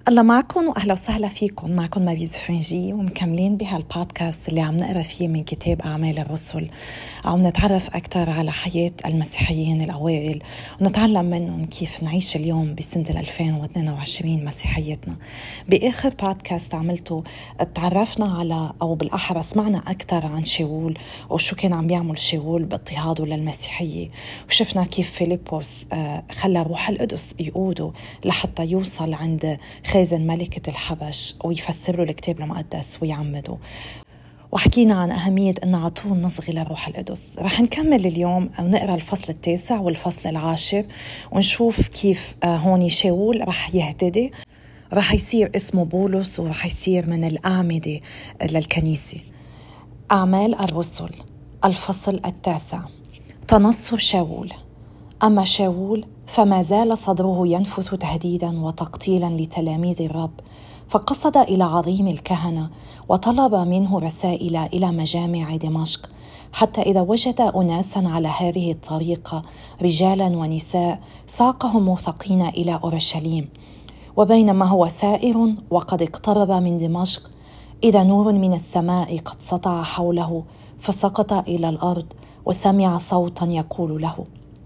الله معكم وأهلا وسهلا فيكم. معكم ماريز فرنجي ومكملين بهالبودكاست اللي عم نقرأ فيه من كتاب أعمال الرسل، عم نتعرف أكثر على حياة المسيحيين الأوائل ونتعلم منهم كيف نعيش اليوم بسنة 2022 مسيحيتنا. بآخر بودكاست عملته تعرفنا على، أو بالأحرى سمعنا أكثر عن شاول وشو كان عم بيعمل شاول باضطهاده للمسيحية، وشفنا كيف فيليبوس خلى روح القدس يقوده لحتى يوصل عند خازن ملكة الحبش ويفسر له الكتاب المقدس ويعمده. وحكينا عن أهمية أن على طول نصغي للروح القدس. رح نكمل اليوم ونقرأ الفصل 9 والفصل 10 ونشوف كيف هون شاول رح يهتدي، رح يصير اسمه بولس ورح يصير من الأعمدة للكنيسة. أعمال الرسل الفصل 9. تنصر شاول. أما شاول فما زال صدره ينفث تهديدا وتقتيلا لتلاميذ الرب، فقصد إلى عظيم الكهنة وطلب منه رسائل إلى مجامع دمشق، حتى إذا وجد أناسا على هذه الطريقة رجالا ونساء ساقهم موثقين إلى أورشليم. وبينما هو سائر وقد اقترب من دمشق، إذا نور من السماء قد سطع حوله، فسقط إلى الأرض وسمع صوتا يقول له: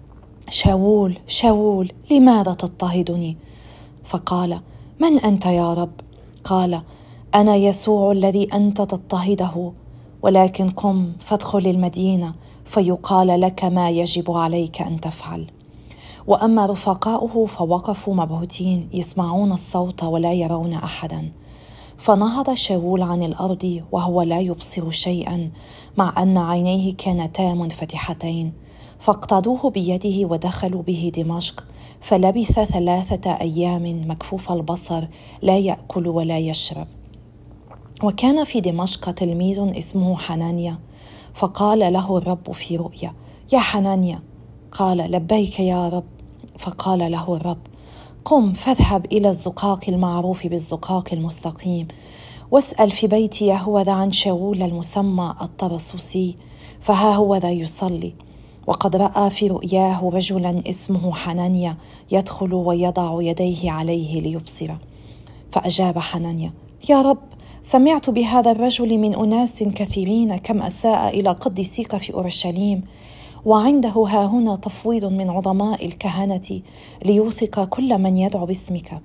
شاول شاول لماذا تضطهدني؟ فقال: من أنت يا رب؟ قال: أنا يسوع الذي أنت تضطهده، ولكن قم فادخل المدينة فيقال لك ما يجب عليك أن تفعل. وأما رفقاؤه فوقفوا مبهوتين يسمعون الصوت ولا يرون أحدا. فنهض شاول عن الأرض وهو لا يبصر شيئا، مع أن عينيه كانتا منفتحتين. فاقتضوه بيده ودخلوا به دمشق، فلبث 3 أيام مكفوف البصر لا يأكل ولا يشرب. وكان في دمشق تلميذ اسمه حنانيا، فقال له الرب في رؤيا: يا حنانيا. قال: لبيك يا رب. فقال له الرب: قم فاذهب إلى الزقاق المعروف بالزقاق المستقيم، واسأل في بيت يهوذا عن شاول المسمى الطرسوسي، فها هو ذا يصلي، وقد رأى في رؤياه رجلا اسمه حنانيا يدخل ويضع يديه عليه ليبصر. فأجاب حنانيا: يا رب، سمعت بهذا الرجل من أناس كثيرين كم أساء إلى قديسيك في أورشليم، وعنده هاهنا تفويض من عظماء الكهنة ليوثق كل من يدعو باسمك.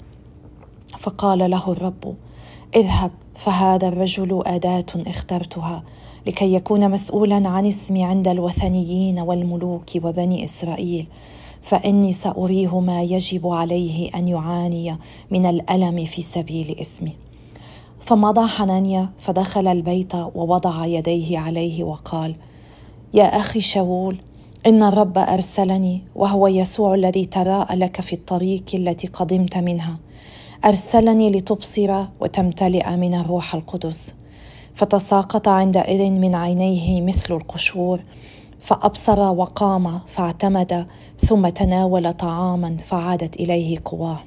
فقال له الرب: اذهب، فهذا الرجل أداة اخترتها لكي يكون مسؤولا عن اسمي عند الوثنيين والملوك وبني إسرائيل، فإني سأريه ما يجب عليه أن يعاني من الألم في سبيل اسمي. فمضى حنانيا فدخل البيت ووضع يديه عليه وقال: يا أخي شاول، إن الرب أرسلني، وهو يسوع الذي تراءى لك في الطريق التي قدمت منها. أرسلني لتبصر وتمتلئ من الروح القدس. فتساقط عندئذ من عينيه مثل القشور، فأبصر وقام فاعتمد، ثم تناول طعاما فعادت إليه قواه.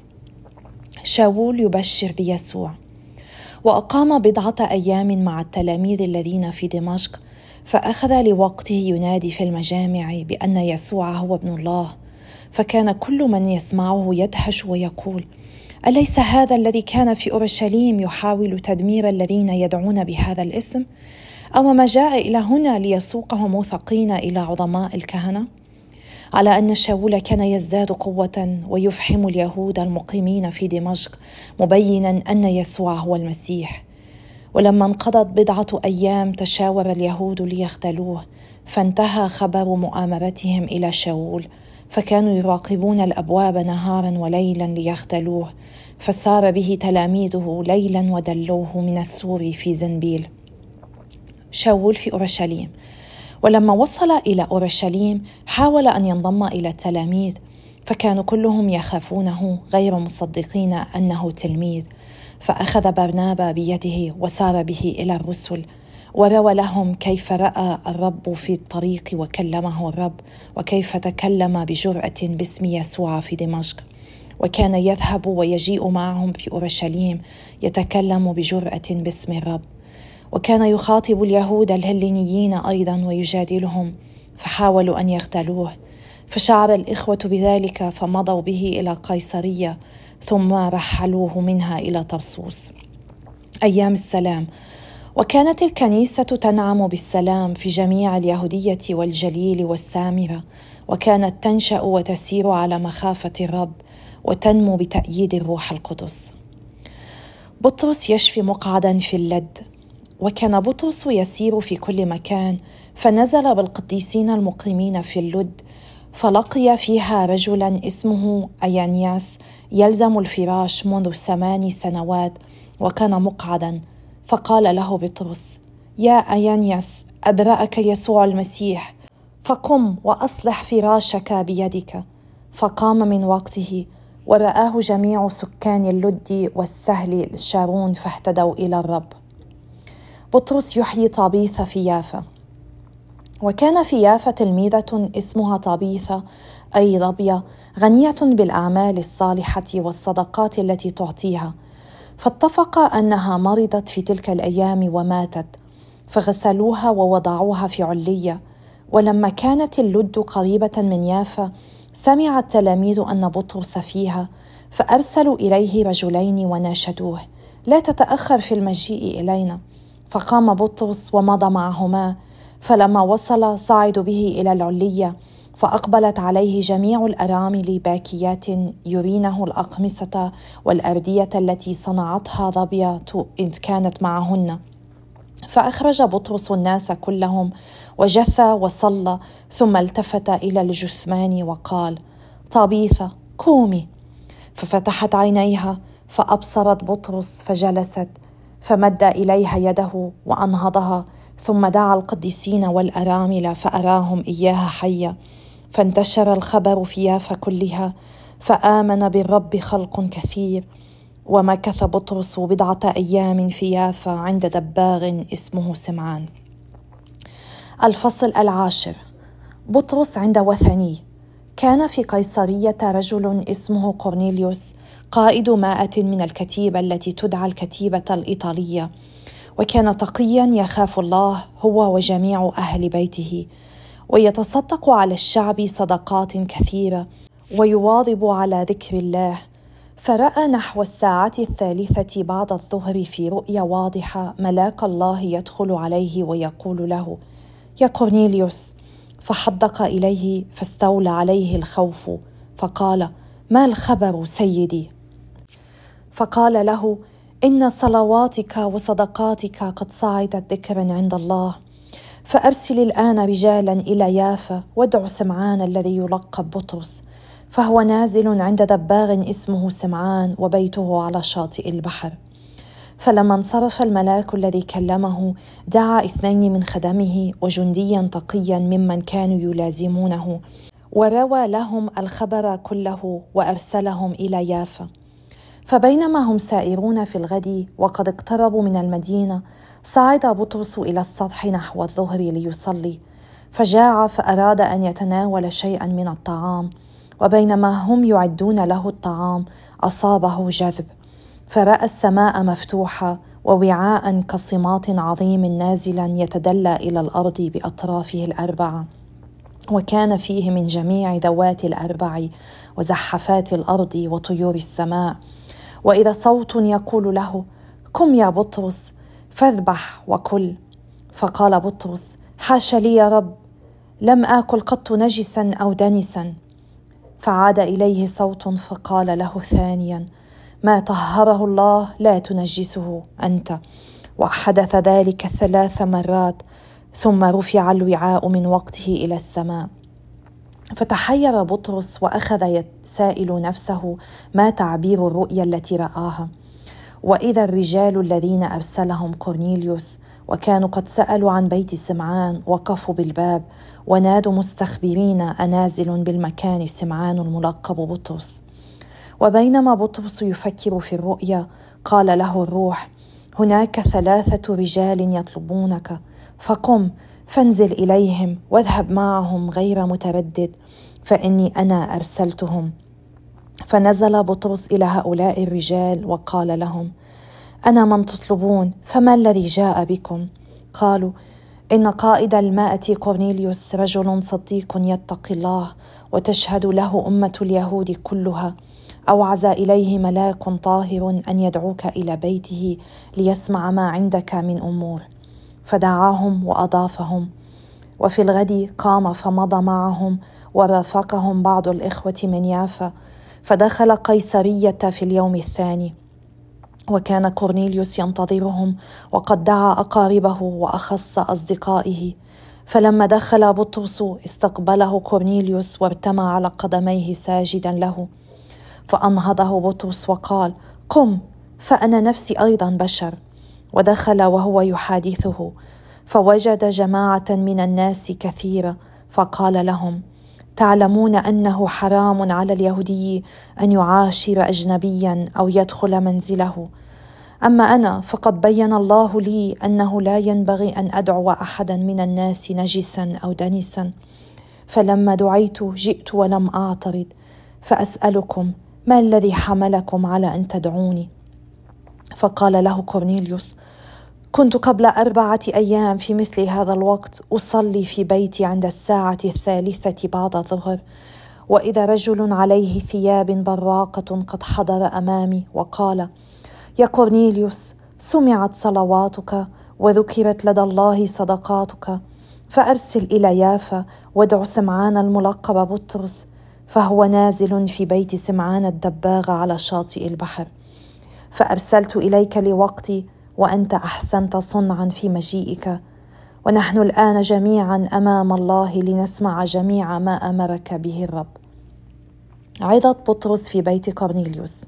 شاول يبشر بيسوع. وأقام 10 أيام مع التلاميذ الذين في دمشق، فأخذ لوقته ينادي في المجامع بأن يسوع هو ابن الله. فكان كل من يسمعه يدهش ويقول: أليس هذا الذي كان في أورشليم يحاول تدمير الذين يدعون بهذا الاسم؟ أو ما جاء إلى هنا ليسوقهم موثقين إلى عظماء الكهنة؟ على أن شاول كان يزداد قوة ويفحم اليهود المقيمين في دمشق، مبينا أن يسوع هو المسيح. ولما انقضت 10 أيام تشاور اليهود ليختلوه، فانتهى خبر مؤامرتهم إلى شاول، فكانوا يراقبون الأبواب نهارا وليلا ليختلوه، فسار به تلاميذه ليلا ودلوه من السور في زنبيل. شاول في أورشليم. ولما وصل إلى أورشليم حاول أن ينضم إلى التلاميذ، فكانوا كلهم يخافونه غير مصدقين أنه تلميذ. فأخذ برنابا بيده وسار به إلى الرسل، وروى لهم كيف رأى الرب في الطريق وكلمه الرب، وكيف تكلم بجرأة باسم يسوع في دمشق. وكان يذهب ويجيء معهم في أورشليم يتكلم بجرأة باسم الرب. وكان يخاطب اليهود الهلينيين أيضا ويجادلهم، فحاولوا أن يغتالوه. فشعر الإخوة بذلك فمضوا به إلى قيصرية، ثم رحلوه منها إلى طرسوس. أيام السلام. وكانت الكنيسة تنعم بالسلام في جميع اليهودية والجليل والسامرة، وكانت تنشأ وتسير على مخافة الرب وتنمو بتأييد الروح القدس. بطرس يشفي مقعدا في اللد. وكان بطرس يسير في كل مكان، فنزل بالقديسين المقيمين في اللد، فلقي فيها رجلا اسمه أيانياس يلزم الفراش منذ 8 سنوات، وكان مقعدا. فقال له بطرس: يا أيانياس، أبرأك يسوع المسيح، فقم وأصلح فراشك بيدك. فقام من وقته، ورآه جميع سكان اللد والسهل الشارون، فاهتدوا إلى الرب. بطرس يحيي طابيثة في يافا. وكان في يافا تلميذة اسمها طابيثة أي ضبية، غنية بالأعمال الصالحة والصدقات التي تعطيها. فاتفق أنها مرضت في تلك الأيام وماتت، فغسلوها ووضعوها في علية. ولما كانت اللد قريبة من يافا، سمع التلاميذ أن بطرس فيها، فأرسلوا إليه رجلين وناشدوه: لا تتأخر في المجيء إلينا. فقام بطرس ومضى معهما، فلما وصل صعدوا به إلى العلية، فأقبلت عليه جميع الأرامل باكيات يرينه الأقمصة والأردية التي صنعتها ضبية إذ كانت معهن. فأخرج بطرس الناس كلهم وجث وصلى، ثم التفت إلى الجثمان وقال: طابيثة، قومي. ففتحت عينيها فأبصرت بطرس، فجلست، فمد إليها يده وأنهضها، ثم دعا القديسين والأرامل فأراهم إياها حية. فانتشر الخبر في يافا كلها، فآمن بالرب خلق كثير. ومكث بطرس 10 أيام في يافا عند دباغ اسمه سمعان. الفصل 10. بطرس عند وثني. كان في قيصرية رجل اسمه قرنيليوس، قائد 100 من الكتيبة التي تدعى الكتيبة الإيطالية، وكان تقيا يخاف الله هو وجميع أهل بيته، ويتصدق على الشعب صدقات كثيرة، ويواظب على ذكر الله. فرأى نحو 3:00 بعد الظهر في رؤيا واضحة ملاك الله يدخل عليه ويقول له: يا قرنيليوس. فحدق إليه، فاستولى عليه الخوف، فقال: ما الخبر سيدي؟ فقال له: إن صلواتك وصدقاتك قد صعدت ذكرا عند الله، فأرسل الآن رجالا إلى يافا، وادع سمعان الذي يلقب بطرس، فهو نازل عند دباغ اسمه سمعان، وبيته على شاطئ البحر. فلما انصرف الملاك الذي كلمه، دعا 2 من خدمه وجنديا تقيا ممن كانوا يلازمونه، وروى لهم الخبر كله، وأرسلهم إلى يافا. فبينما هم سائرون في الغد وقد اقتربوا من المدينة، صعد بطرس إلى السطح نحو الظهر ليصلي، فجاع فأراد أن يتناول شيئا من الطعام. وبينما هم يعدون له الطعام، أصابه جذب، فرأى السماء مفتوحة ووعاء كصماط عظيم نازلا يتدلى إلى الأرض بأطرافه 4، وكان فيه من جميع ذوات 4 وزحفات الأرض وطيور السماء. وإذا صوت يقول له: قم يا بطرس، فاذبح وكل. فقال بطرس: حاش لي يا رب، لم آكل قط نجسا أو دنسا. فعاد إليه صوت فقال له ثانيا: ما طهره الله لا تنجسه أنت. وحدث ذلك 3 مرات، ثم رفع الوعاء من وقته إلى السماء. فتحير بطرس وأخذ يسائل نفسه ما تعبير الرؤيا التي رآها. وإذا الرجال الذين أرسلهم قرنيليوس وكانوا قد سألوا عن بيت سمعان وقفوا بالباب ونادوا مستخبرين: أنازل بالمكان سمعان الملقب بطرس. وبينما بطرس يفكر في الرؤيا، قال له الروح: هناك 3 رجال يطلبونك، فقم فانزل إليهم واذهب معهم غير متردد، فإني أنا أرسلتهم. فنزل بطرس إلى هؤلاء الرجال وقال لهم: أنا من تطلبون، فما الذي جاء بكم؟ قالوا: إن قائد 100 قرنيليوس رجل صديق يتقي الله، وتشهد له أمة اليهود كلها، أوعز إليه ملاك طاهر أن يدعوك إلى بيته ليسمع ما عندك من أمور. فدعاهم وأضافهم. وفي الغد قام فمضى معهم، ورافقهم بعض الإخوة من يافا، فدخل قيصرية في اليوم الثاني. وكان كورنيليوس ينتظرهم، وقد دعا أقاربه وأخص أصدقائه. فلما دخل بطرس استقبله كورنيليوس وارتمى على قدميه ساجدا له. فأنهضه بطرس وقال: قم، فأنا نفسي أيضا بشر. ودخل وهو يحادثه، فوجد جماعة من الناس كثيرة، فقال لهم: تعلمون أنه حرام على اليهودي أن يعاشر أجنبيا أو يدخل منزله. أما أنا فقد بين الله لي أنه لا ينبغي أن أدعو أحدا من الناس نجسا أو دنسا. فلما دعيت جئت ولم أعترض. فأسألكم: ما الذي حملكم على أن تدعوني؟ فقال له كورنيليوس: كنت قبل 4 أيام في مثل هذا الوقت أصلي في بيتي عند الساعة 3 بعد الظهر، وإذا رجل عليه ثياب براقة قد حضر أمامي وقال: يا كورنيليوس، سمعت صلواتك وذكرت لدى الله صدقاتك، فأرسل إلى يافا وادع سمعان الملقب بطرس، فهو نازل في بيت سمعان الدباغ على شاطئ البحر. فأرسلت إليك لوقتي، وأنت أحسنت صنعا في مجيئك، ونحن الآن جميعا أمام الله لنسمع جميع ما أمرك به الرب. عظة بطرس في بيت كورنيليوس.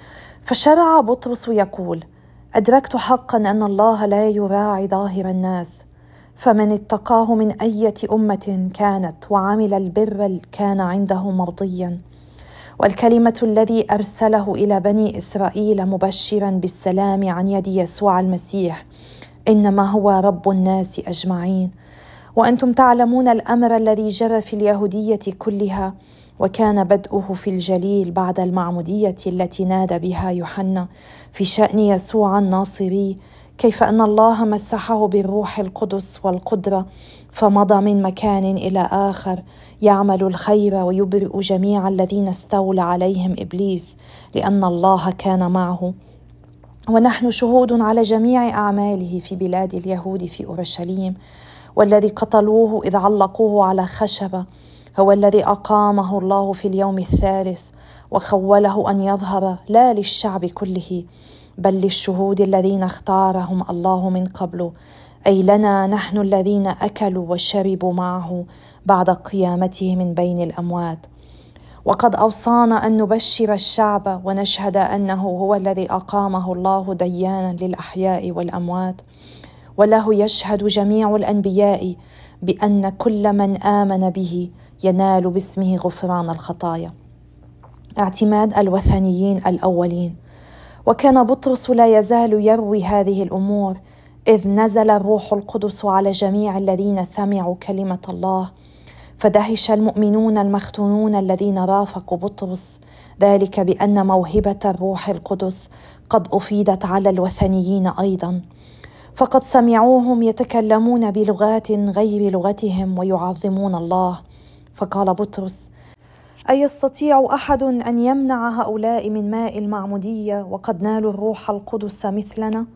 فشرع بطرس يقول: أدركت حقا أن الله لا يراعي ظاهر الناس، فمن اتقاه من أية أمة كانت وعمل البر كان عنده مرضيا. والكلمة الذي أرسله إلى بني إسرائيل مبشرا بالسلام عن يد يسوع المسيح إنما هو رب الناس أجمعين. وأنتم تعلمون الأمر الذي جرى في اليهودية كلها، وكان بدءه في الجليل بعد المعمودية التي نادى بها يوحنا في شأن يسوع الناصري، كيف أن الله مسحه بالروح القدس والقدرة، فمضى من مكان إلى آخر يعمل الخير ويبرئ جميع الذين استولى عليهم إبليس، لأن الله كان معه. ونحن شهود على جميع أعماله في بلاد اليهود في أورشليم. والذي قتلوه إذ علقوه على خشبة هو الذي أقامه الله في اليوم الثالث، وخوله أن يظهر لا للشعب كله بل للشهود الذين اختارهم الله من قبل، أي لنا نحن الذين أكلوا وشربوا معه بعد قيامته من بين الأموات. وقد أوصانا أن نبشر الشعب ونشهد أنه هو الذي أقامه الله ديانا للأحياء والأموات، وله يشهد جميع الأنبياء بأن كل من آمن به ينال باسمه غفران الخطايا. اعتماد الوثنيين الأولين. وكان بطرس لا يزال يروي هذه الأمور إذ نزل الروح القدس على جميع الذين سمعوا كلمة الله، فدهش المؤمنون المختونون الذين رافقوا بطرس، ذلك بأن موهبة الروح القدس قد أفيدت على الوثنيين أيضا، فقد سمعوهم يتكلمون بلغات غير لغتهم ويعظمون الله. فقال بطرس: أيستطيع أحد أن يمنع هؤلاء من ماء المعمودية وقد نالوا الروح القدس مثلنا؟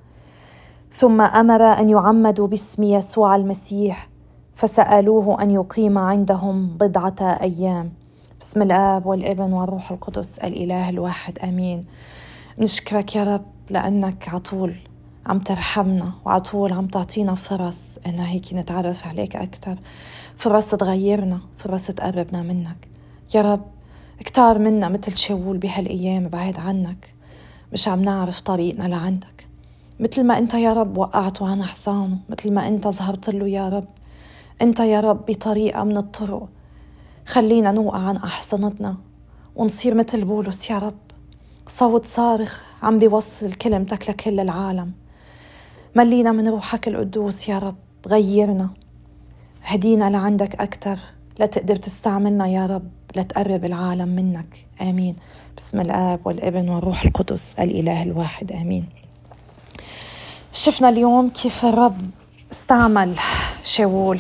ثم أمر أن يعمدوا باسم يسوع المسيح، فسألوه أن يقيم عندهم 10 أيام. بسم الآب والابن والروح القدس الإله الواحد آمين. نشكرك يا رب لأنك عطول عم ترحمنا، وعطول عم تعطينا فرص إن هيك نتعرف عليك أكتر، فرص تغيرنا، فرص تقربنا منك يا رب. كتار منا مثل شاول بهالأيام بعيد عنك، مش عم نعرف طريقنا لعندك، مثل ما أنت يا رب وقعته عن حصانه، مثل ما أنت ظهرت له يا رب. أنت يا رب بطريقة من الطرق خلينا نوقع عن أحصنتنا ونصير مثل بولس يا رب، صوت صارخ عم بيوصل كلمتك لكل العالم. ملينا من روحك القدوس يا رب، غيرنا، هدينا لعندك أكتر لتقدر تستعملنا يا رب لتقرب العالم منك. آمين. بسم الآب والابن والروح القدس الإله الواحد آمين. شفنا اليوم كيف الرب استعمل شاول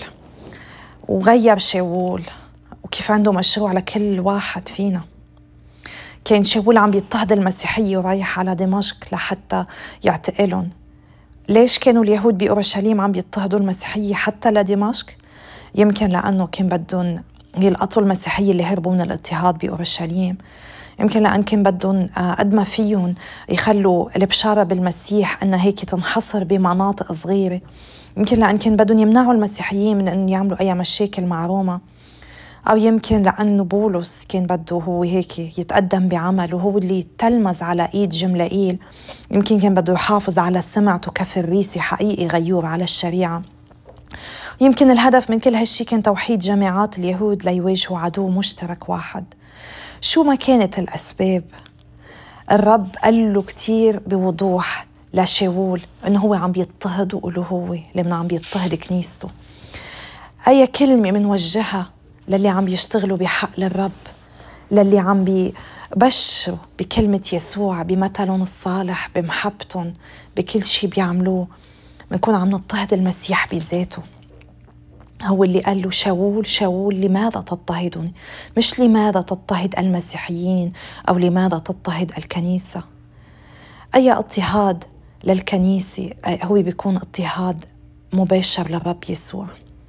وغير شاول، وكيف عنده مشروع لكل واحد فينا، كان شاول عم بيضطهد المسيحية ورايح على دمشق لحتى يعتقلهم. ليش كانوا اليهود بأورشليم عم بيضطهدوا المسيحية حتى لدمشق؟ يمكن لأنه كان بدهم يلقطوا المسيحية اللي هربوا من الاضطهاد بأورشليم. يمكن لأن كان بدهم قد ما فيهم يخلوا البشارة بالمسيح أنها هيك تنحصر بمناطق صغيرة. يمكن لأن كان بدهم يمنعوا المسيحيين من أن يعملوا أي مشاكل مع روما. أو يمكن لأنه بولس كان بده هو هيك يتقدم بعمل وهو اللي تلمذ على إيد جملائيل. يمكن كان بده يحافظ على سمعته كفريسي حقيقي غيور على الشريعة. يمكن الهدف من كل هالشي كان توحيد جماعات اليهود ليواجهوا عدو مشترك واحد. شو ما كانت الأسباب، الرب قال له كتير بوضوح لشاول إنه هو عم بيضطهد، وقوله هو اللي عم بيضطهد كنيسته. أي كلمة منوجهها للي عم بيشتغلوا بحق للرب، للي عم بيبشروا بكلمة يسوع، بمثلهم الصالح، بمحبتهم، بكل شي بيعملوه، بنكون عم نضطهد المسيح بذاته. هو اللي قال له شاول شاول لماذا تضطهدني، مش لماذا تضطهد المسيحيين أو لماذا تضطهد الكنيسة. أي اضطهاد للكنيسة هو بيكون اضطهاد مباشر للرب يسوع.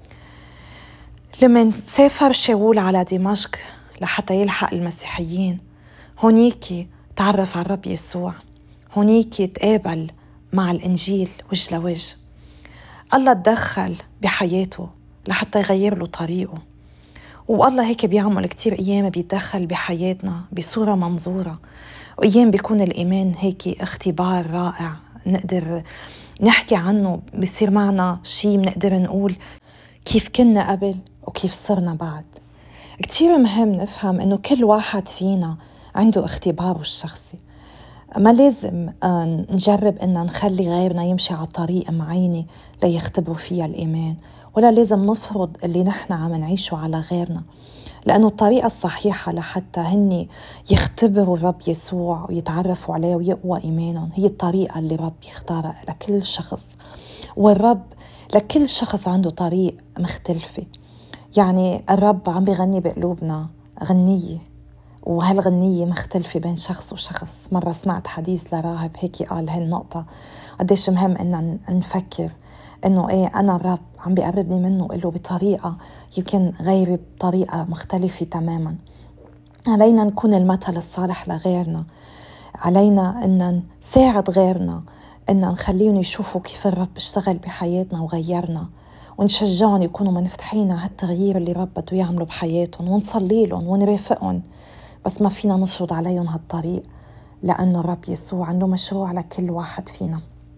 لما سافر شاول على دمشق لحتى يلحق المسيحيين، هونيك تعرف على الرب يسوع، هونيك تقابل مع الإنجيل وجه لوجه. الله تدخل بحياته لحتى يغير له طريقه. والله هيك بيعمل كتير أيام بيتدخل بحياتنا بصورة منظورة، وأيام بيكون الإيمان هيك اختبار رائع نقدر نحكي عنه، بيصير معنا شيء بنقدر نقول كيف كنا قبل وكيف صرنا بعد. كتير مهم نفهم إنه كل واحد فينا عنده اختباره الشخصي. ما لازم نجرب إن نخلي غيرنا يمشي على طريقة معينة ليختبروا فيها الإيمان، ولا لازم نفرض اللي نحن عم نعيشه على غيرنا، لأنه الطريقة الصحيحة لحتى هني يختبروا الرب يسوع ويتعرفوا عليه ويقوى إيمانهم هي الطريقة اللي الرب يختارها لكل شخص. والرب لكل شخص عنده طريق مختلفة. يعني الرب عم بيغني بقلوبنا غنية، وهالغنية مختلفة بين شخص وشخص. مرة سمعت حديث لراهب هيك قال هالنقطة قديش مهم إن نفكر إنه إيه أنا الرب عم بيقربني منه له بطريقة يمكن غيري بطريقة مختلفة تماما. علينا نكون المثل الصالح لغيرنا، علينا إن نساعد غيرنا، إن نخليهم يشوفوا كيف الرب اشتغل بحياتنا وغيرنا، ونشجعهم يكونوا منفتحين على هالتغيير اللي الرب بده يعمله بحياتهم، ونصلي لهم ونرافقهم. بس ما فينا نفرض عليهم هالطريق، لأنه الرب يسوع عنده مشروع لكل واحد فينا.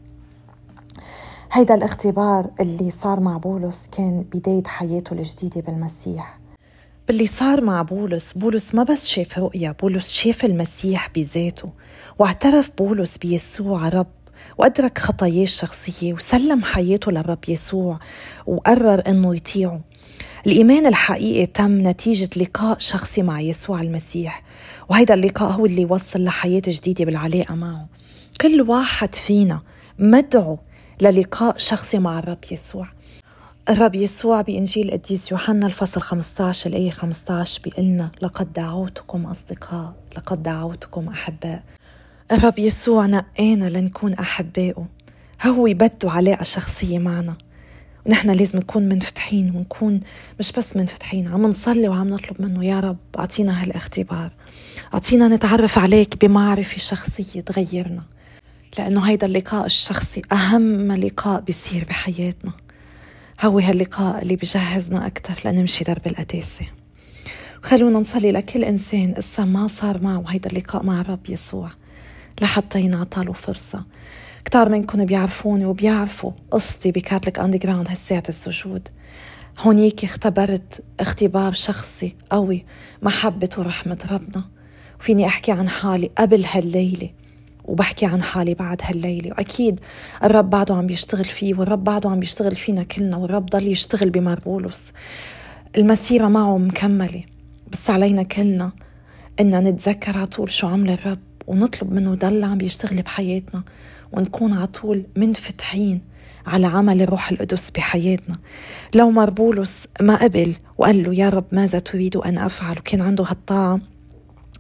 هيدا الاختبار اللي صار مع بولس كان بداية حياته الجديدة بالمسيح. باللي صار مع بولس ما بس شاف رؤية، بولس شاف المسيح بذاته، واعترف بولس بيسوع رب، وأدرك خطاياه الشخصية وسلم حياته للرب يسوع وقرر أنه يطيعه. الإيمان الحقيقي تم نتيجة لقاء شخصي مع يسوع المسيح، وهيدا اللقاء هو اللي وصل لحياة جديدة بالعلاقة معه. كل واحد فينا مدعو للقاء شخصي مع الرب يسوع. الرب يسوع بإنجيل القديس يوحنا الفصل 15 الآية 15 بيقلنا لقد دعوتكم أصدقاء، لقد دعوتكم أحباء. الرب يسوع نقانا لنكون أحبائه، هو بده علاقة شخصية معنا، ونحن لازم نكون منفتحين، ونكون مش بس منفتحين، عم نصلي وعم نطلب منه يا رب أعطينا هالاختبار، أعطينا نتعرف عليك بمعرفة شخصية تغيرنا، لأنه هيدا اللقاء الشخصي أهم لقاء بيصير بحياتنا. هو هاللقاء اللي بيجهزنا أكتر لنمشي درب القداسة. خلونا نصلي لكل إنسان إسا ما صار معه هيدا اللقاء مع الرب يسوع لحتى ينعطى له فرصة. كتار منكم بيعرفوني وبيعرفوا قصتي بكاثوليك أندرغراوند هالساعة السجود. هونيك اختبرت اختبار شخصي قوي محبة ورحمة ربنا، وفيني أحكي عن حالي قبل هالليلة وبحكي عن حالي بعد هالليلة، وأكيد الرب بعده عم بيشتغل فيه، والرب بعده عم بيشتغل فينا كلنا، والرب ضل يشتغل بمار بولس. المسيرة معه مكملة، بس علينا كلنا إننا نتذكر عطول شو عمل الرب ونطلب منه ضل عم بيشتغل بحياتنا، ونكون عطول منفتحين على عمل الروح القدس بحياتنا. لو مار بولس ما قبل وقال له يا رب ماذا تريد أن أفعل، وكان عنده هالطاعة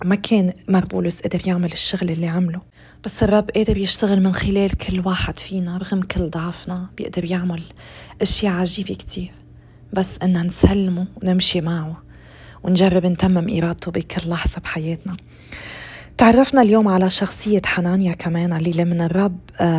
ما كان بولس قدر يعمل الشغل اللي عمله، بس الرب قادر يشتغل من خلال كل واحد فينا رغم كل ضعفنا. بيقدر يعمل اشياء عجيبة كتير، بس إننا نسلمه ونمشي معه ونجرب نتمم إرادته بكل لحظة بحياتنا. تعرفنا اليوم على شخصية حنانيا كمان، اللي من الرب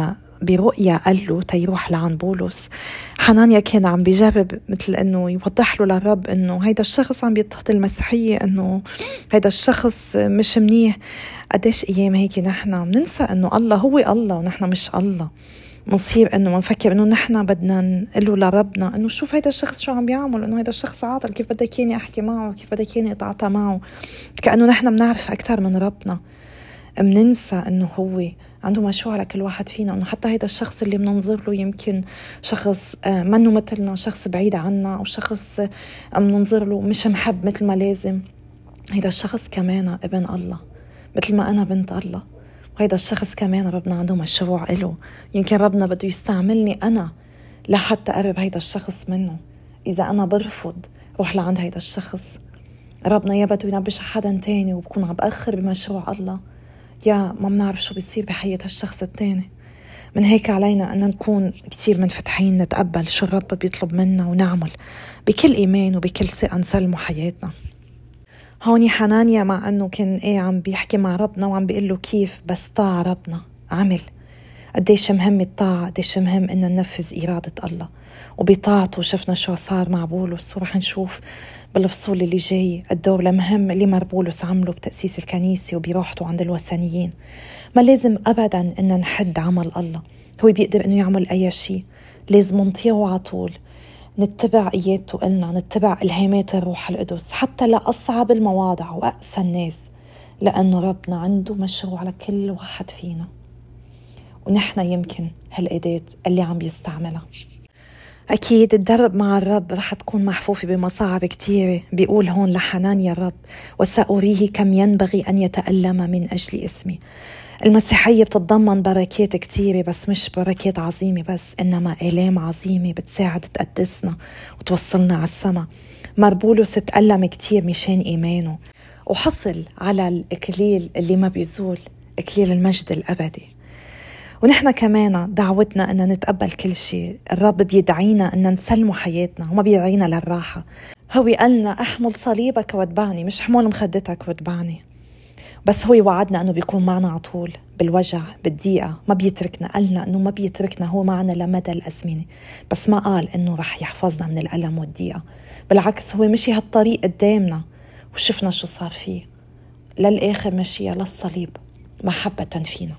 برؤية قال له تيروح لعن بولس. حنانيا كان عم بيجرب مثل انه يوضح له للرب انه هيدا الشخص عم بيضطهد المسيحية، انه هيدا الشخص مش منيح. قديش ايام هيك نحن بننسى انه الله هو الله ونحن مش الله، منصير انه منفكر انه نحن بدنا نقول لربنا انه شوف هيدا الشخص شو عم بيعمل، انه هيدا الشخص عاطل، كيف بدك ياني احكي معه، كيف بدك ياني اتعاطى معه، كأنه نحن بنعرف اكثر من ربنا. مننسى انه هو عنده مشروع على كل واحد فينا، انه حتى هيدا الشخص اللي مننظر له يمكن شخص منه مثلنا، شخص بعيد عنا، او شخص مننظر له مش محب مثل ما لازم، هيدا الشخص كمان ابن الله مثل ما انا بنت الله. وهيدا الشخص كمان ربنا عنده مشروع له، يمكن ربنا بده يستعملني انا لحتى اقرب هيدا الشخص منه. اذا انا برفض روح لعند هيدا الشخص، ربنا يا بده ينبش حدا تاني وبكون عم بأخر بمشروع الله، يا ما بنعرف شو بيصير بحياة الشخص التاني. من هيك علينا أن نكون كتير منفتحين، نتقبل شو الرب بيطلب منا ونعمل بكل إيمان وبكل ثقة نسلمه حياتنا. هوني حنانيا مع أنه كان عم بيحكي مع ربنا وعم بيقول له كيف، بس طاع ربنا عمل. قديش مهم الطاعة، قديش مهم أن ننفذ إرادة الله. وبطاعته شفنا شو صار مع بولس، ورح نشوف بالفصول اللي جاي الدور المهم اللي بولس عمله بتأسيس الكنيسة وبروحته عند الوثنيين. ما لازم أبدا أن نحد عمل الله، هو بيقدر أنه يعمل أي شيء، لازم نطيعه على طول، نتبع إياته قلنا، نتبع إلهامات الروح القدس حتى لأصعب المواضع وأقسى الناس، لأنه ربنا عنده مشروع على كل واحد فينا، ونحن يمكن هالأداة اللي عم بيستعملها. أكيد الدرب مع الرب رح تكون محفوفة بمصاعب كتيرة. بيقول هون لحنانيا الرب وسأريه كم ينبغي أن يتألم من أجل اسمي. المسيحية بتتضمن بركات كتيرة، بس مش بركات عظيمة بس، إنما آلام عظيمة بتساعد تقدسنا وتوصلنا على السما. بولس تألم كتير مشان إيمانه وحصل على الإكليل اللي ما بيزول، إكليل المجد الأبدي. ونحن كمان دعوتنا أن نتقبل كل شيء. الرب بيدعينا أن نسلمه حياتنا وما بيدعينا للراحة. هو قالنا أحمل صليبك واتبعني، مش حمول مخدتك واتبعني. بس هو وعدنا أنه بيكون معنا على طول بالوجع بالضيقة، ما بيتركنا. قالنا أنه ما بيتركنا، هو معنا لمدى الأزمنة، بس ما قال أنه رح يحفظنا من الألم والضيقة. بالعكس هو مشي هالطريق قدامنا وشفنا شو صار فيه للآخر، مشيها للصليب محبة فينا.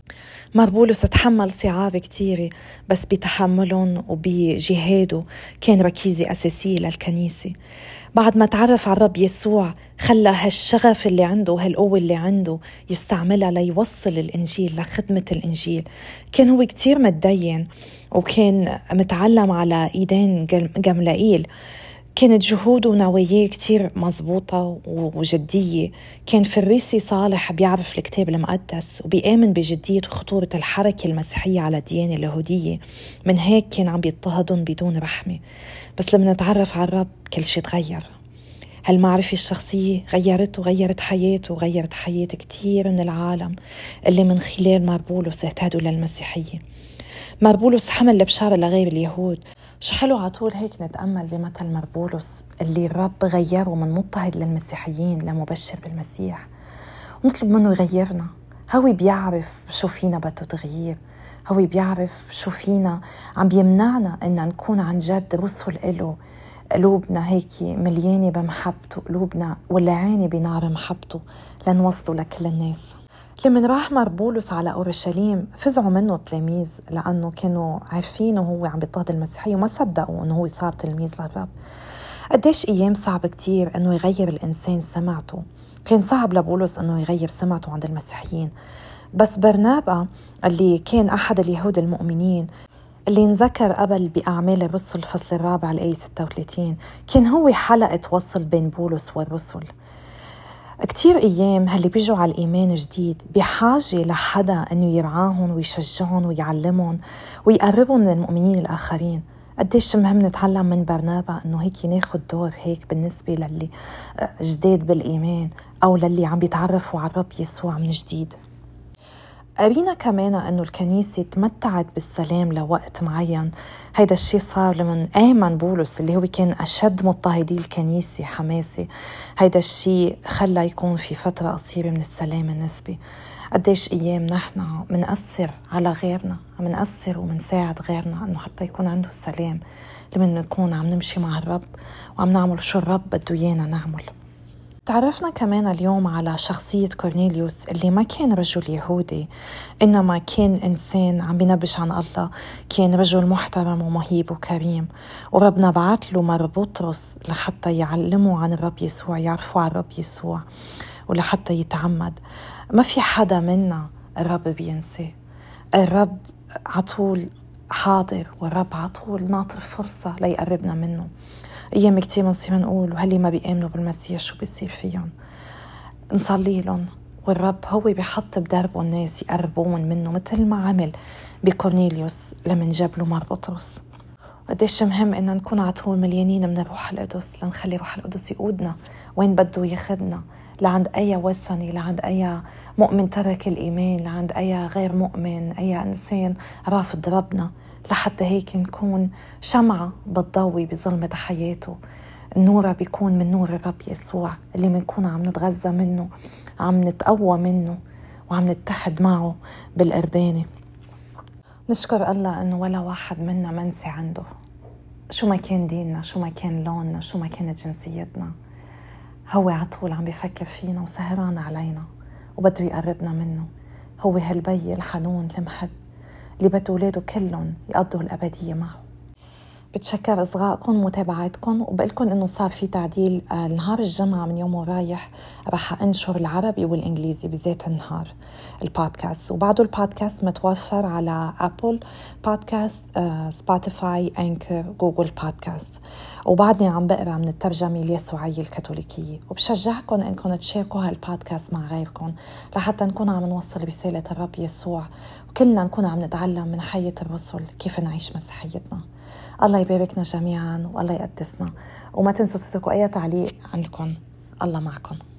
بولس تحمل صعاب كتيرة، بس بتحملهم وبجهاده كان ركيزة أساسية للكنيسة. بعد ما تعرف على الرب يسوع خلى هالشغف اللي عنده، هالقوة اللي عنده يستعملها ليوصل الإنجيل، لخدمة الإنجيل. كان هو كتير متدين وكان متعلم على إيدين جملائيل، كانت جهوده ونواياه كتير مزبوطة وجدية. كان فريسي صالح بيعرف الكتاب المقدس وبيآمن بجدية وخطورة الحركة المسيحية على الديانة اليهودية. من هيك كان عم بيضطهدهم بدون رحمة. بس لما نتعرف على الرب كل شيء تغير. هالمعرفة الشخصية غيرت حياته وغيرت حياة كتير من العالم اللي من خلال بولس اهتدوا للمسيحية. بولس حمل البشارة لغير اليهود. شو حلو عطول هيك نتأمل بمثل بولس اللي الرب غيره من مضطهد للمسيحيين لمبشر بالمسيح، ونطلب منه يغيرنا. هو بيعرف شو فينا بده تغيير، هو بيعرف شو فينا عم بيمنعنا إن نكون عن جد رسل إله. قلوبنا هيك مليانة بمحبته، قلوبنا ولعانة بنار محبته لنوصله لكل الناس. لمن راح بولس على أورشليم فزعوا منه التلاميذ، لأنه كانوا عارفين وهو عم بيضطهد المسيحية وما صدقوا أنه هو صار تلميذ للرب. قديش أيام صعب كتير أنه يغير الإنسان سمعته. كان صعب لبولس أنه يغير سمعته عند المسيحيين، بس برنابا اللي كان أحد اليهود المؤمنين اللي نذكر قبل بأعمال الرسل الفصل 4 الآية 36، كان هو حلقة وصل بين بولس والرسل. كتير أيام هاللي بيجوا على الإيمان جديد بحاجة لحدا أنه يرعاهم ويشجعهم ويعلمهم ويقربهم من المؤمنين الآخرين. قديش مهم نتعلم من برنابا أنه هيك ناخد دور هيك بالنسبة للي جداد بالإيمان، أو للي عم بيتعرفوا على الرب يسوع من جديد. قرينا كمان أنه الكنيسة تمتعت بالسلام لوقت معين. هيدا الشيء صار لمن آمن بولس اللي هو كان أشد مضطهدي الكنيسة حماسي. هيدا الشيء خلى يكون في فترة قصيرة من السلام النسبي. قديش أيام نحن منأثر على غيرنا، منأثر ومنساعد غيرنا أنه حتى يكون عنده سلام لمن نكون عم نمشي مع الرب وعم نعمل شو الرب بده إيانا نعمل. تعرفنا كمان اليوم على شخصية كورنيليوس اللي ما كان رجل يهودي، إنما كان إنسان عم بينبش عن الله، كان رجل محترم ومهيب وكريم، وربنا بعت له مر بطرس لحتى يعلمه عن الرب يسوع، يعرفوا عن الرب يسوع ولحتى يتعمد. ما في حدا منا الرب بينسى، الرب عطول حاضر، والرب عطول ناطر فرصة ليقربنا منه. أيام كتير منصير نقول وهلي ما بيآمنوا بالمسيح شو بيصير فيهم، نصلي لهم والرب هو بيحط بدربه الناس يقربون منه، مثل ما عمل بكورنيليوس لمن جاب له مار بطرس. قديش مهم إن نكون عطول مليانين من الروح القدس لنخلي روح القدس يقودنا وين بده ياخدنا، لعند أي وثني، لعند أي مؤمن ترك الإيمان، لعند أي غير مؤمن، أي إنسان رافض ربنا، لحتى هيك نكون شمعة بتضوي بظلمة حياته. النور بيكون من نور الرب يسوع اللي منكون عم نتغذى منه، عم نتقوى منه، وعم نتحد معه بالقربانة. نشكر الله أنه ولا واحد منا منسي عنده، شو ما كان ديننا، شو ما كان لوننا، شو ما كانت جنسيتنا. هو عطول عم بيفكر فينا وسهران علينا وبده يقربنا منه. هو هالبي الحنون المحب اللي بده أولاده كلهم يقضوا الأبدية معه. بتشكر إصغائكم ومتابعتكم، وبقلكم إنه صار في تعديل نهار الجمعة من يوم ورايح رح أنشر العربي والإنجليزي بذات النهار البودكاست، وبعده البودكاست متوفر على أبل بودكاست، سبوتيفاي، أنكر، جوجل بودكاست. وبعدني عم بقرأ من الترجمة اليسوعية الكاثوليكية، وبشجعكم إنكم تشاركوا هالبودكاست مع غيركم لحتى نكون عم نوصل رسالة الرب يسوع، وكلنا نكون عم نتعلم من حياة الرسل كيف نعيش مسيحيتنا. الله يباركنا جميعا والله يقدسنا، وما تنسوا تتركوا أي تعليق عندكم. الله معكم.